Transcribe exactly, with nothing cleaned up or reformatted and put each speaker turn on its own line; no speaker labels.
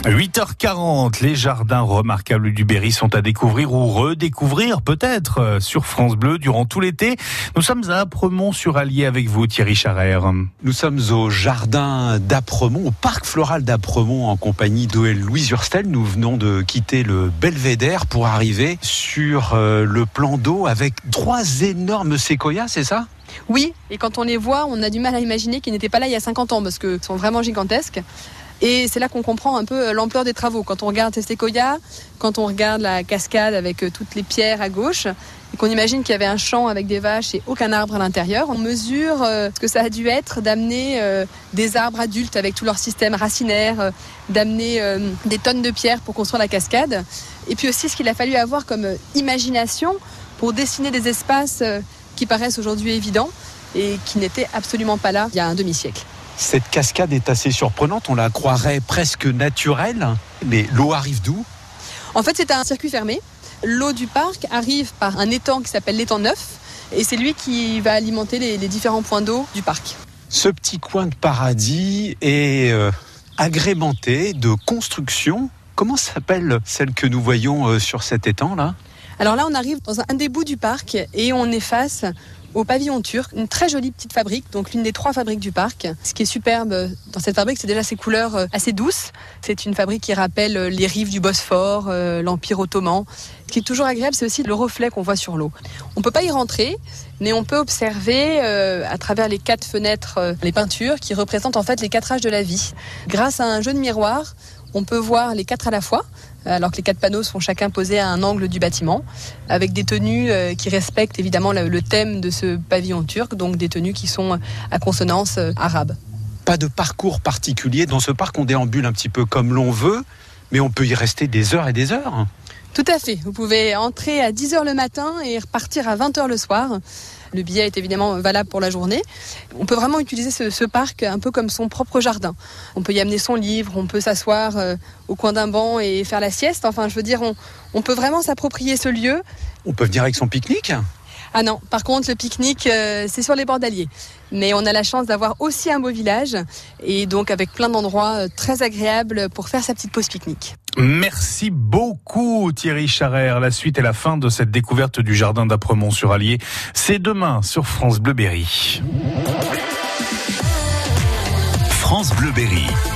huit heures quarante, les jardins remarquables du Berry sont à découvrir ou redécouvrir peut-être sur France Bleu durant tout l'été. Nous sommes à Apremont-sur-Allier avec vous, Thierry Charrère.
Nous sommes au jardin d'Apremont, au parc floral d'Apremont en compagnie d'Louise Hurstel. Nous venons de quitter le belvédère pour arriver sur le plan d'eau avec trois énormes séquoias, c'est ça ?
Oui, et quand on les voit, on a du mal à imaginer qu'ils n'étaient pas là il y a cinquante ans parce qu'ils sont vraiment gigantesques. Et c'est là qu'on comprend un peu l'ampleur des travaux. Quand on regarde ces séquoias, quand on regarde la cascade avec toutes les pierres à gauche, et qu'on imagine qu'il y avait un champ avec des vaches et aucun arbre à l'intérieur, on mesure ce que ça a dû être d'amener des arbres adultes avec tout leur système racinaire, d'amener des tonnes de pierres pour construire la cascade. Et puis aussi ce qu'il a fallu avoir comme imagination pour dessiner des espaces qui paraissent aujourd'hui évidents et qui n'étaient absolument pas là il y a un demi-siècle.
Cette cascade est assez surprenante, on la croirait presque naturelle, mais l'eau arrive d'où ?
En fait, c'est un circuit fermé. L'eau du parc arrive par un étang qui s'appelle l'étang Neuf, et c'est lui qui va alimenter les, les différents points d'eau du parc.
Ce petit coin de paradis est euh, agrémenté de constructions. Comment s'appelle celle que nous voyons euh, sur cet étang-là ?
Alors là, on arrive dans un des bouts du parc et on est face au pavillon turc, une très jolie petite fabrique, donc l'une des trois fabriques du parc. Ce qui est superbe dans cette fabrique, c'est déjà ses couleurs assez douces. C'est une fabrique qui rappelle les rives du Bosphore, l'Empire ottoman. Ce qui est toujours agréable, c'est aussi le reflet qu'on voit sur l'eau. On ne peut pas y rentrer, mais on peut observer euh, à travers les quatre fenêtres euh, les peintures qui représentent en fait les quatre âges de la vie. Grâce à un jeu de miroir, on peut voir les quatre à la fois, alors que les quatre panneaux sont chacun posés à un angle du bâtiment, avec des tenues qui respectent évidemment le thème de ce pavillon turc, donc des tenues qui sont à consonance arabe.
Pas de parcours particulier dans ce parc, on déambule un petit peu comme l'on veut, mais on peut y rester des heures et des heures.
Tout à fait, vous pouvez entrer à dix heures le matin et repartir à vingt heures le soir. Le billet est évidemment valable pour la journée. On peut vraiment utiliser ce, ce parc un peu comme son propre jardin. On peut y amener son livre, on peut s'asseoir euh, au coin d'un banc et faire la sieste. Enfin, je veux dire, on, on peut vraiment s'approprier ce lieu.
On peut venir avec son pique-nique ?
Ah non, par contre, le pique-nique, euh, c'est sur les bords d'Allier. Mais on a la chance d'avoir aussi un beau village et donc avec plein d'endroits euh, très agréables pour faire sa petite pause pique-nique.
Merci beaucoup Thierry Charrère. La suite et la fin de cette découverte du jardin d'Apremont-sur-Allier, c'est demain sur France Bleu Berry.
France Bleu Berry.